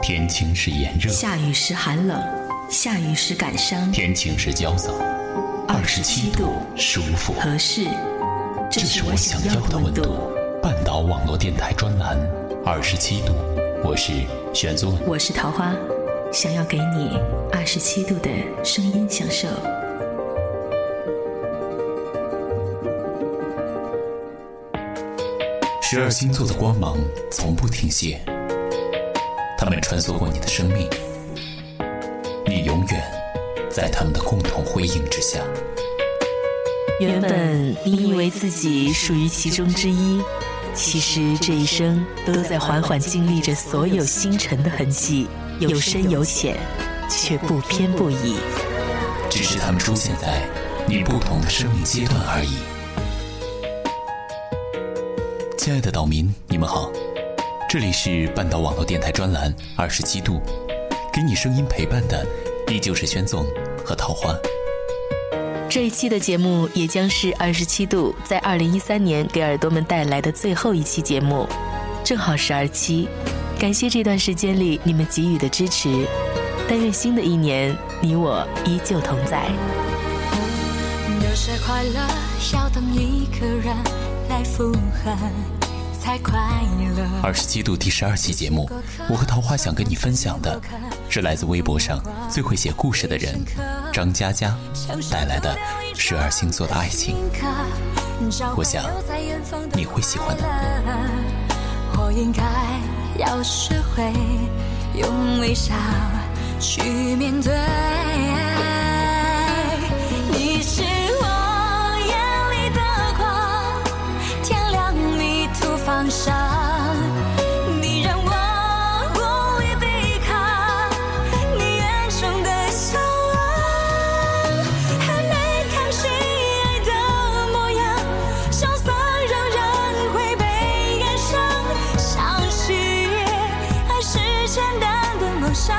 天晴时炎热， 下雨时寒冷，下雨时感伤， 天晴时焦躁，27度舒服合适， 这是我想要的温度。半岛网络电台专栏27度，我是玄宗， 我是桃花，想要给你27度的声音享受。 12星座的光芒从不停歇，他们穿梭过你的生命，你永远在他们的共同辉映之下。 原本你以为自己属于其中之一，其实这一生都在缓缓经历着所有星辰的痕迹，有深有浅，却不偏不倚， 只是他们出现在你不同的生命阶段而已。亲爱的岛民，你们好，这里是半岛网络电台专栏27度，给你声音陪伴的依旧是宣纵和桃花。 这一期的节目也将是27度在2013年给耳朵们带来的最后一期节目，正好12期。感谢这段时间里你们给予的支持，但愿新的一年你我依旧同在。 有些快乐要等一个人来附和才快乐。 27度第12期节目，我和桃花想跟你分享的是来自微博上最会写故事的人张嘉佳带来的12星座的爱情，我想你会喜欢的。 我应该要学会用微笑去面对，你是我眼里的光，天亮你突放上，你让我无力抵抗你眼中的向往，还没看清爱的模样，潇洒让人会被感伤，相信爱是简单的梦想。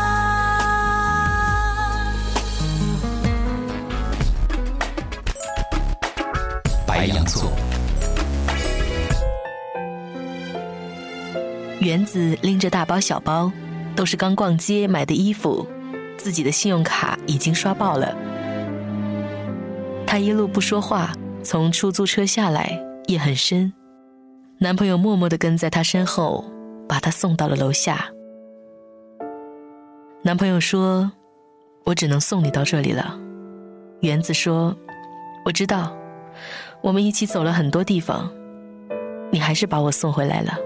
白羊座， 原子拎着大包小包，都是刚逛街买的衣服，自己的信用卡已经刷爆了。她一路不说话，从出租车下来，夜很深，男朋友默默地跟在她身后，把她送到了楼下。男朋友说，我只能送你到这里了。原子说，我知道，我们一起走了很多地方，你还是把我送回来了。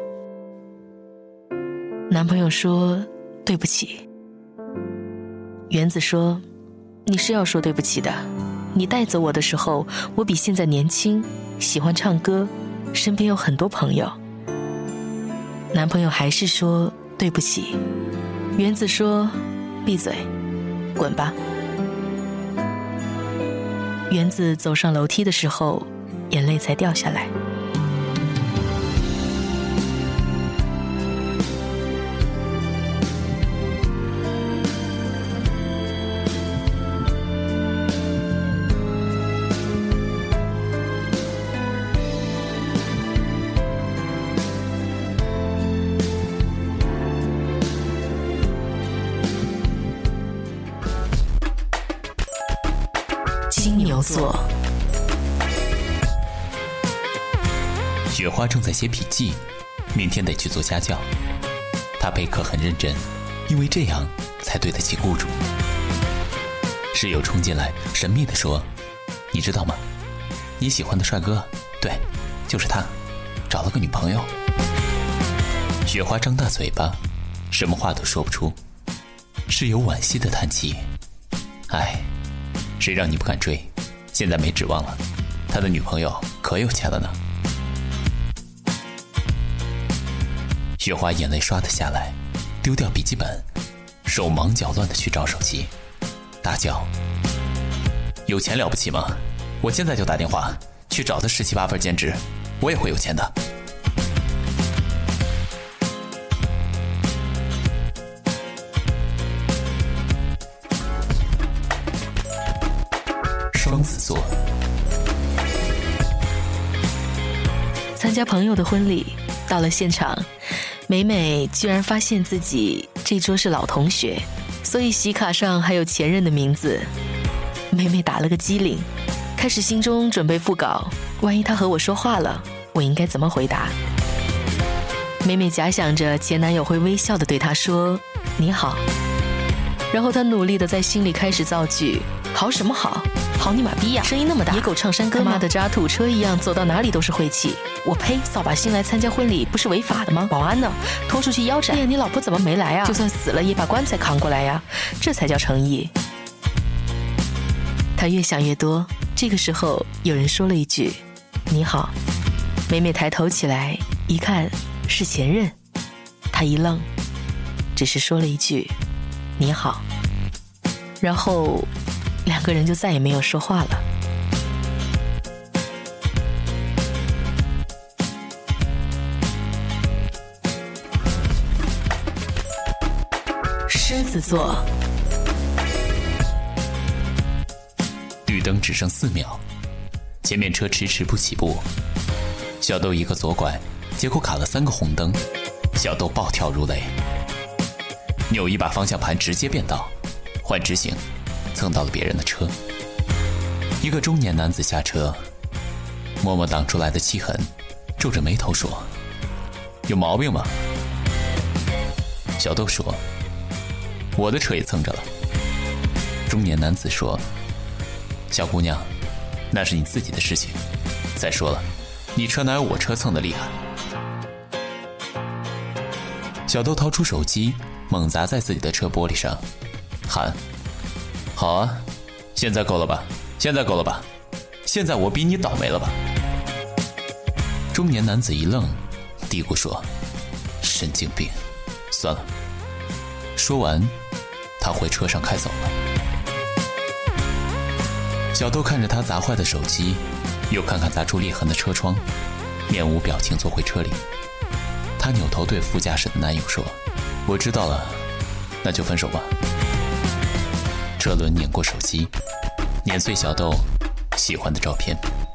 男朋友说，对不起。原子说，你是要说对不起的，你带走我的时候，我比现在年轻，喜欢唱歌，身边有很多朋友。男朋友还是说对不起。原子说，闭嘴，滚吧。原子走上楼梯的时候，眼泪才掉下来。金牛座， 雪花正在写笔记，明天得去做家教。她备课很认真，因为这样才对得起雇主。室友冲进来神秘地说，你知道吗，你喜欢的帅哥，对，就是他，找了个女朋友。雪花张大嘴巴，什么话都说不出。室友惋惜地叹气，哎，谁让你不敢追，现在没指望了，他的女朋友可有钱了呢。雪花眼泪刷得下来，丢掉笔记本，手忙脚乱地去找手机，大叫，有钱了不起吗？我现在就打电话去找他17、18份兼职，我也会有钱的。双子座， 参加朋友的婚礼，到了现场， 美美居然发现自己这桌是老同学，所以喜卡上还有前任的名字。美美打了个机灵，开始心中准备复稿，万一他和我说话了，我应该怎么回答？美美假想着前男友会微笑地对她说你好，然后她努力地在心里开始造句，好什么好，好你妈逼呀，声音那么大，野狗唱山歌吗？他妈的扎土车一样，走到哪里都是晦气。我呸，扫把星来参加婚礼不是违法的吗？保安呢？拖出去腰斩。哎呀，你老婆怎么没来啊？就算死了也把棺材扛过来呀，这才叫诚意。他越想越多，这个时候有人说了一句你好。美美抬头起来一看是前任，他一愣，只是说了一句你好，然后两个人就再也没有说话了。狮子座， 绿灯只剩4秒，前面车迟迟不起步，小豆一个左拐，结果卡了3个红灯，小豆暴跳如雷，扭一把方向盘直接变道，换直行，蹭到了别人的车。一个中年男子下车，默默挡出来的气痕，皱着眉头说：“有毛病吗？”小豆说：“我的车也蹭着了。”中年男子说：“小姑娘，那是你自己的事情。再说了，你车哪有我车蹭的厉害？”小豆掏出手机，猛砸在自己的车玻璃上，喊：“好啊，现在够了吧？现在够了吧？现在我比你倒霉了吧？”中年男子一愣，嘀咕说：“神经病，算了。”说完，他回车上开走了。小豆看着他砸坏的手机，又看看砸出裂痕的车窗，面无表情坐回车里。他扭头对副驾驶的男友说：“我知道了，那就分手吧。”车轮碾过手机，碾碎小豆喜欢的照片。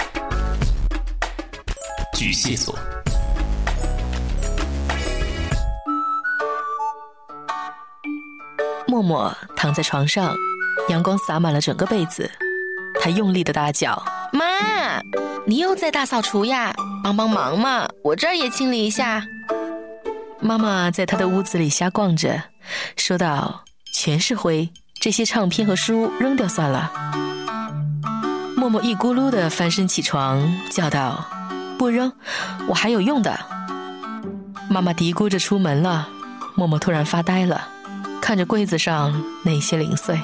巨蟹座， 默默躺在床上，阳光洒满了整个被子，他用力的大叫：“妈，你又在大扫除呀？帮帮忙嘛，我这儿也清理一下。”妈妈在他的屋子里瞎逛着，说道：“全是灰，这些唱片和书扔掉算了。”默默一咕噜的翻身起床，叫道：“不扔，我还有用的。”妈妈嘀咕着出门了，默默突然发呆了，看着柜子上那些零碎。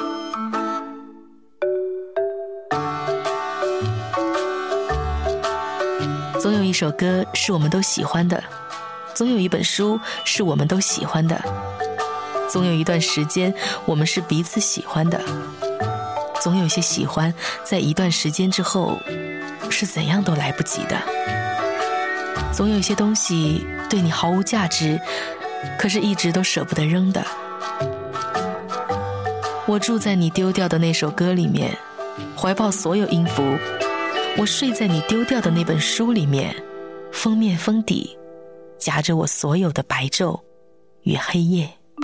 总有一首歌是我们都喜欢的，总有一本书是我们都喜欢的，总有一段时间我们是彼此喜欢的，总有些喜欢在一段时间之后是怎样都来不及的，总有一些东西对你毫无价值，可是一直都舍不得扔的。我住在你丢掉的那首歌里面，怀抱所有音符，我睡在你丢掉的那本书里面，封面封底夹着我所有的白昼与黑夜。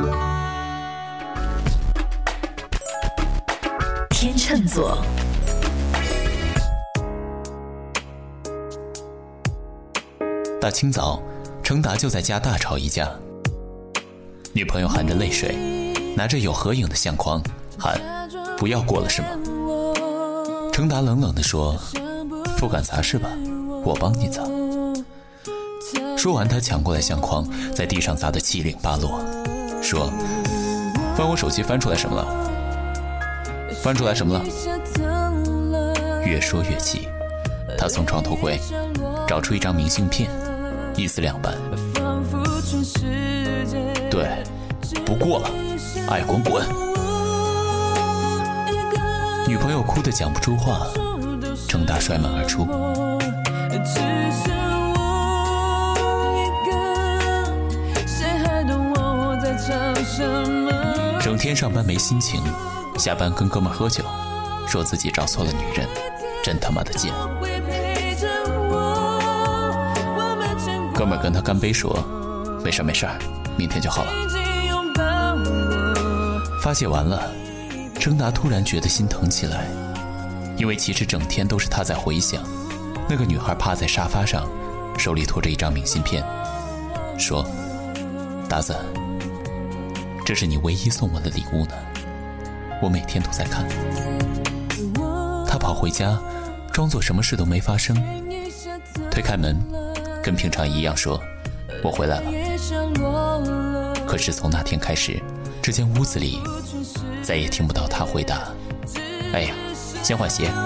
天秤座， 大清早，程达就在家大吵一架，女朋友含着泪水，拿着有合影的相框喊：“不要过了是吗？”程达冷冷地说：“不敢砸是吧？我帮你砸。”说完，他抢过来相框，在地上砸得七零八落，说：“翻我手机翻出来什么了？翻出来什么了？”越说越气，他从床头柜找出一张明信片，一撕两半。对，不过了，爱滚滚。女朋友哭得讲不出话，程达摔门而出。整天上班没心情，下班跟哥们喝酒，说自己找错了女人，真他妈的贱。哥们跟他干杯说：“ 没事没事，明天就好了。发泄完了，程达突然觉得心疼起来，因为其实整天都是他在回想那个女孩趴在沙发上，手里托着一张明信片，说：达子，这是你唯一送我的礼物呢，我每天都在看。他跑回家，装作什么事都没发生，推开门，跟平常一样说：我回来了。可是从那天开始，这间屋子里再也听不到他回答：哎呀，先换鞋。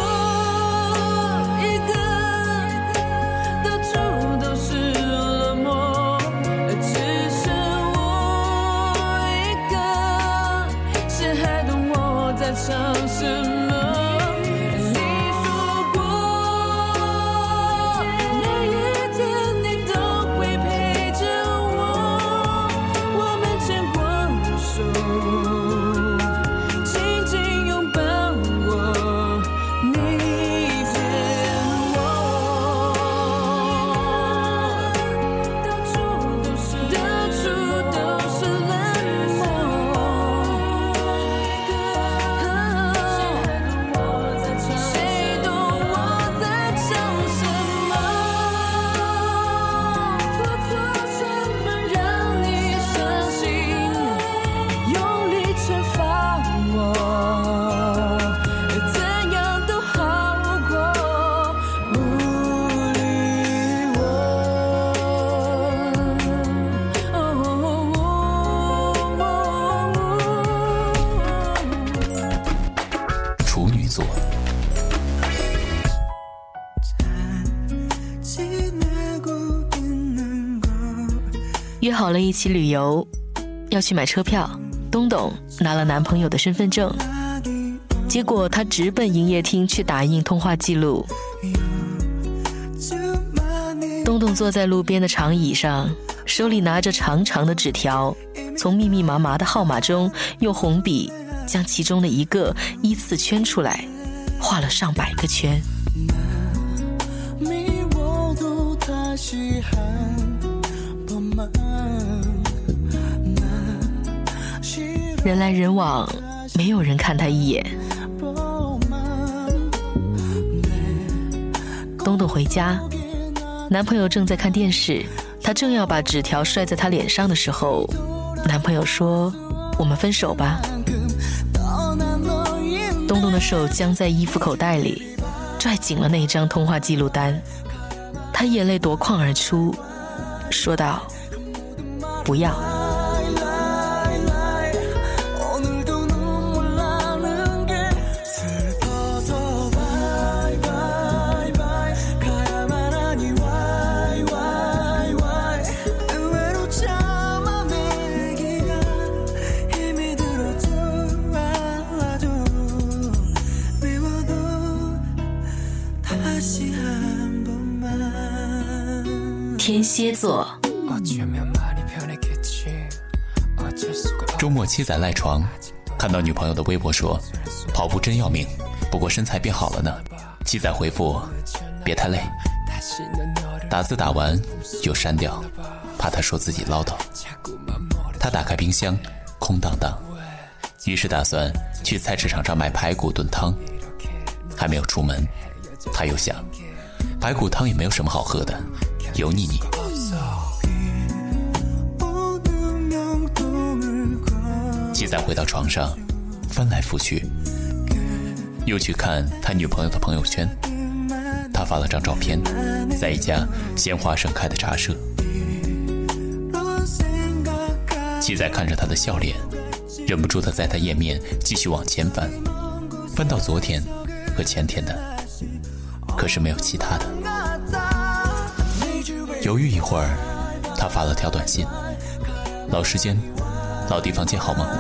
约好了一起旅游，要去买车票。东东拿了男朋友的身份证，结果他直奔营业厅去打印通话记录。东东坐在路边的长椅上，手里拿着长长的纸条，从密密麻麻的号码中用红笔将其中的一个依次圈出来，画了上百个圈。人来人往，没有人看他一眼。东东回家，男朋友正在看电视，他正要把纸条摔在他脸上的时候，男朋友说：我们分手吧。东东的手僵在衣服口袋里，拽紧了那张通话记录单，他眼泪夺眶而出，说道：不要。天蝎座， 周末妻仔赖床，看到女朋友的微博说跑步真要命，不过身材变好了呢。妻仔回复别太累，打字打完又删掉，怕他说自己唠叨。他打开冰箱空荡荡，于是打算去菜市场上买排骨炖汤。还没有出门，他又想排骨汤也没有什么好喝的，油腻腻。妻仔回到床上，翻来覆去，又去看他女朋友的朋友圈。他发了张照片，在一家鲜花盛开的茶社。妻仔看着他的笑脸，忍不住地在他页面继续往前翻，翻到昨天和前天的，可是没有其他的。犹豫一会儿，他发了条短信：老时间老地方见好吗？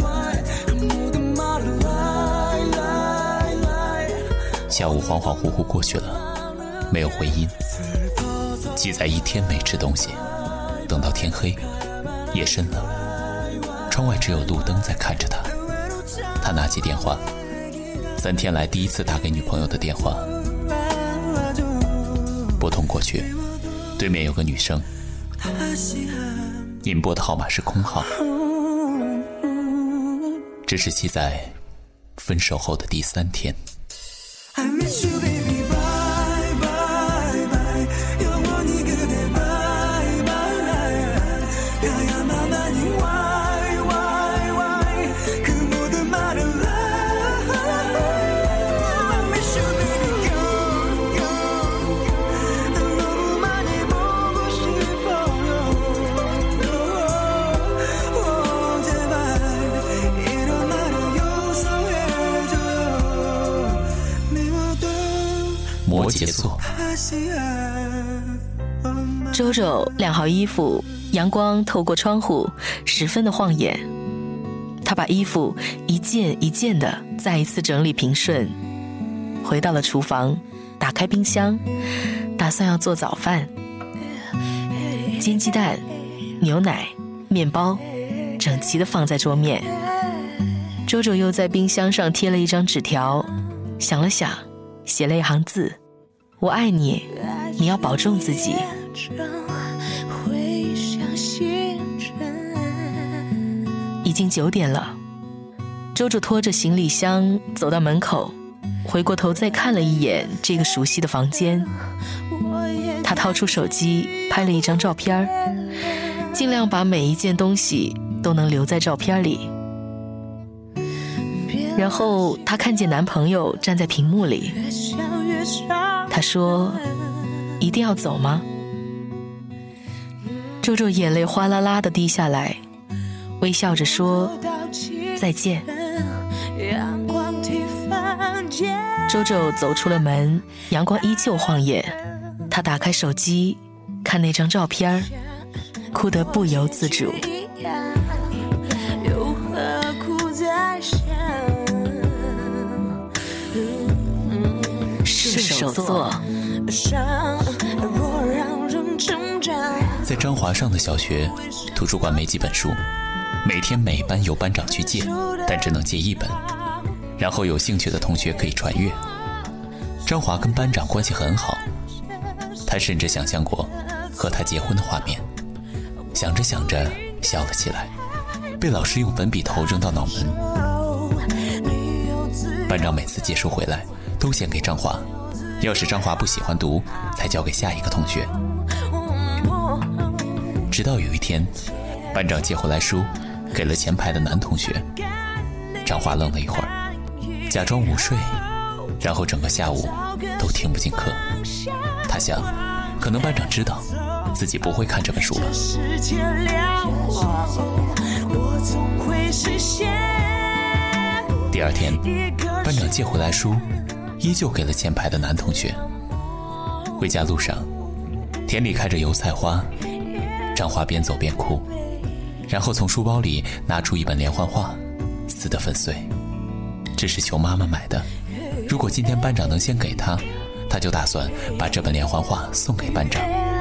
下午恍恍惚惚过去了，没有回音。妻仔一天没吃东西，等到天黑，夜深了，窗外只有路灯在看着他。他拿起电话，3天来第一次打给女朋友的电话，拨通过去，对面有个女生， 您拨的号码是空号，这是记在分手后的第3天。 I miss you, baby. Bye, bye, bye. 영원히 그대 bye, bye. 야야만만히 why, why, why. 그 모든 말을 lie. I miss you, baby. Go, go. 너무 많이 보고 싶어요. 제발 일어나려 용서해줘요. 摩羯座， 周周晾好衣服，阳光透过窗户，十分的晃眼。他把衣服一件一件的再一次整理平顺，回到了厨房，打开冰箱，打算要做早饭。煎鸡蛋、牛奶、面包，整齐的放在桌面。周周又在冰箱上贴了一张纸条，想了想，写了一行字：我爱你，你要保重自己。已经9点了，周周拖着行李箱走到门口，回过头再看了一眼这个熟悉的房间。他掏出手机拍了一张照片，尽量把每一件东西都能留在照片里。然后他看见男朋友站在屏幕里，他说：一定要走吗？周周眼泪哗啦啦地滴下来，微笑着说：再见。周周走出了门，阳光依旧晃眼。他打开手机看那张照片，哭得不由自主。射手座， 在张华上的小学，图书馆没几本书，每天每班由班长去借，但只能借1本，然后有兴趣的同学可以传阅。张华跟班长关系很好，他甚至想象过和他结婚的画面，想着想着笑了起来，被老师用粉笔头扔到脑门。班长每次借书回来都先给张华，要是张华不喜欢读，才交给下一个同学。直到有一天，班长借回来书给了前排的男同学，张华愣了一会儿，假装午睡，然后整个下午都听不进课。他想，可能班长知道自己不会看这本书了。第2天，班长借回来书依旧给了前排的男同学。回家路上，田里开着油菜花，张华边走边哭，然后从书包里拿出一本连环画，撕得粉碎。这是求妈妈买的，如果今天班长能先给他，他就打算把这本连环画送给班长。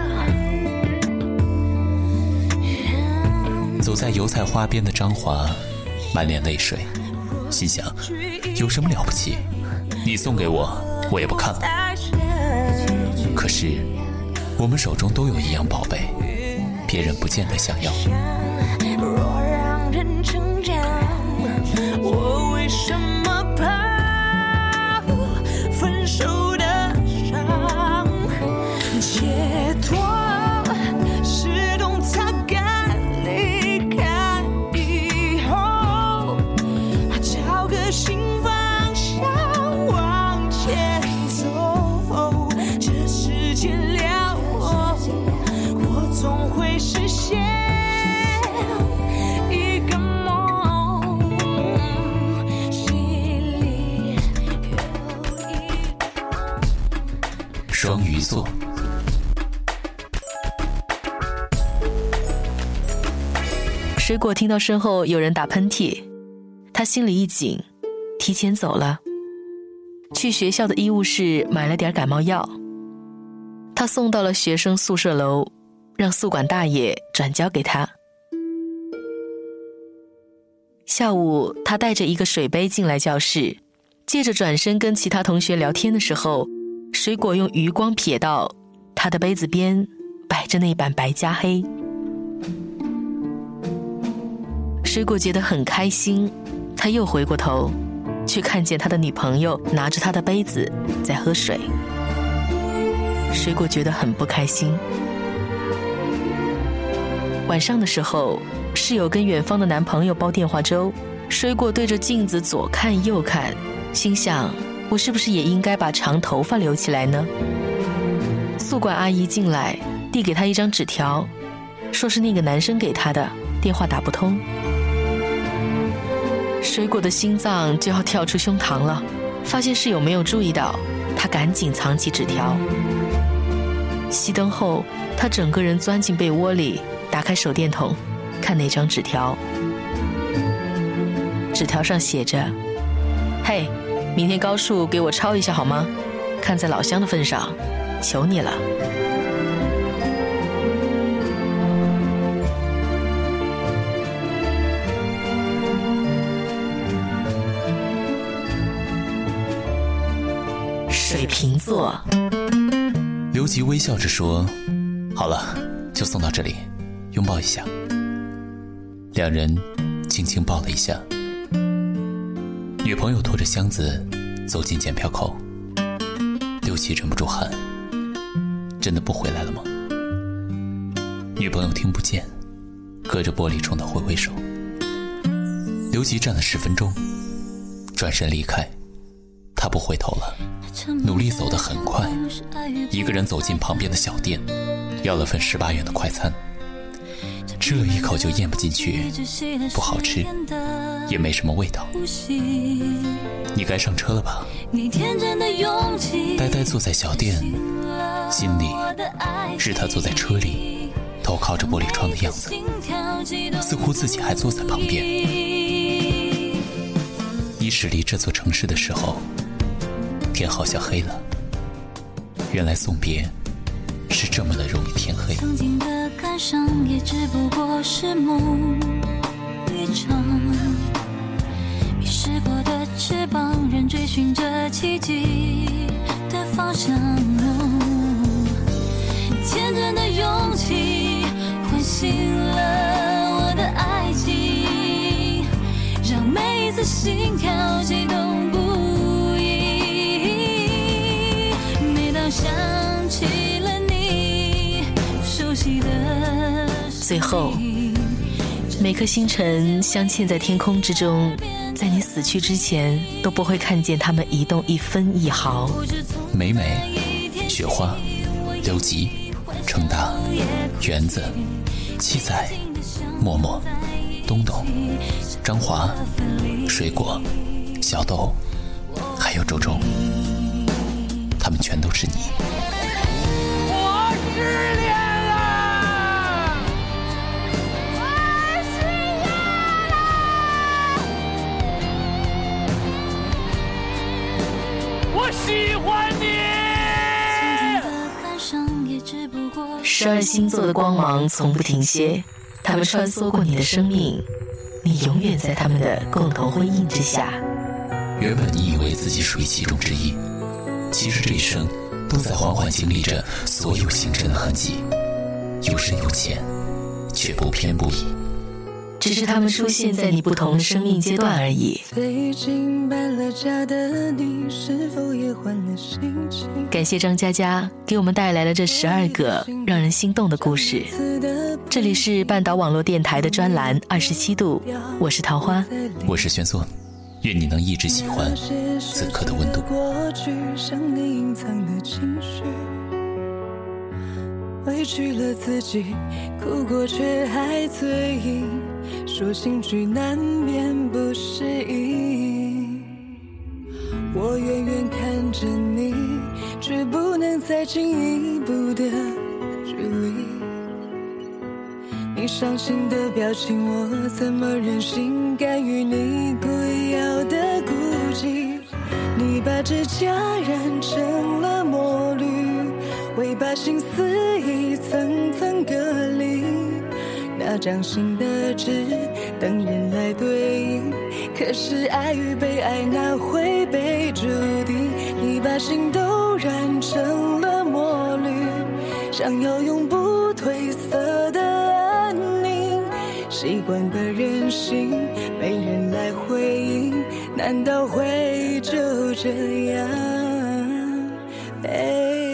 走在油菜花边的张华满脸泪水，心想，有什么了不起，你送给我，我也不看了。可是我们手中都有一样宝贝，别人不见得想要。若让人成长，我为什么怕分手的伤？解脱是懂擦干离开以后，找个新方向往前走。这世界辽阔，我总会实现一个梦，心里有一。双鱼座， 水果听到身后有人打喷嚏，他心里一紧，提前走了，去学校的医务室买了点感冒药。他送到了学生宿舍楼，让宿管大爷转交给他。下午，他带着一个水杯进来教室，借着转身跟其他同学聊天的时候，水果用余光瞥到他的杯子边摆摆着那版白加黑。水果觉得很开心，他又回过头，却看见他的女朋友拿着他的杯子在喝水。水果觉得很不开心。晚上的时候，室友跟远方的男朋友煲电话粥，水果对着镜子左看右看，心想我是不是也应该把长头发留起来呢？宿管阿姨进来，递给他一张纸条，说是那个男生给他的，电话打不通。水果的心脏就要跳出胸膛了，发现室友没有注意到，他赶紧藏起纸条。熄灯后，他整个人钻进被窝里，打开手电筒，看那张纸条。纸条上写着：嘿，明天高数给我抄一下好吗？看在老乡的份上，求你了。水瓶座。 刘吉微笑着说：好了，就送到这里，拥抱一下。两人轻轻抱了一下。女朋友拖着箱子走进检票口，刘吉忍不住喊：真的不回来了吗？女朋友听不见，隔着玻璃冲他挥挥手。刘吉站了10分钟，转身离开。他不回头了，努力走得很快，一个人走进旁边的小店，要了份18元的快餐。吃了一口就咽不进去，不好吃，也没什么味道。你该上车了吧？呆呆坐在小店，心里是他坐在车里，头靠着玻璃窗的样子，似乎自己还坐在旁边。你驶离这座城市的时候，天好像黑了，原来送别是这么的容易天黑。 曾经的感伤也只不过是梦一场，迷失过的翅膀仍追寻着奇迹的方向，天真的勇气唤醒了我的爱情，让每一次心跳激动不已，每当想起了你熟悉的最后，每颗星辰镶嵌在天空之中，在你死去之前都不会看见它们移动一分一毫。 美美、雪花、刘吉、程大、园子、七仔、默默、东东、张华、水果、小豆，还有周周，他们全都是你。 我失恋了，我喜欢你。 12星座的光芒从不停歇，他们穿梭过你的生命，你永远在他们的共同辉映之下。 原本你以为自己属于其中之一，其实这一生都在缓缓经历着所有星辰的痕迹，有深有浅，却不偏不倚。 只是他们出现在你不同的生命阶段而已。 最近搬了家的你，是否也换了心情？ 感谢张嘉佳给我们带来了这12个让人心动的故事。这里是半岛网络电台的专栏27度，我是桃花， 我是玄索，愿你能一直喜欢此刻的温度。 过去向你隐藏的情绪，委屈了自己，哭过却还醉意，说心句难免不适应。我远远看着你，却不能再进一步的距离。你伤心的表情，我怎么忍心干预你故意要的孤寂？你把指甲染成了墨绿，为把心思一层层隔离。那掌心的纸等人来对应，可是爱与被爱哪会被注定？你把心都染成了墨绿，想要用不同褪色的安宁，习惯的任性，没人来回应，难道会就这样？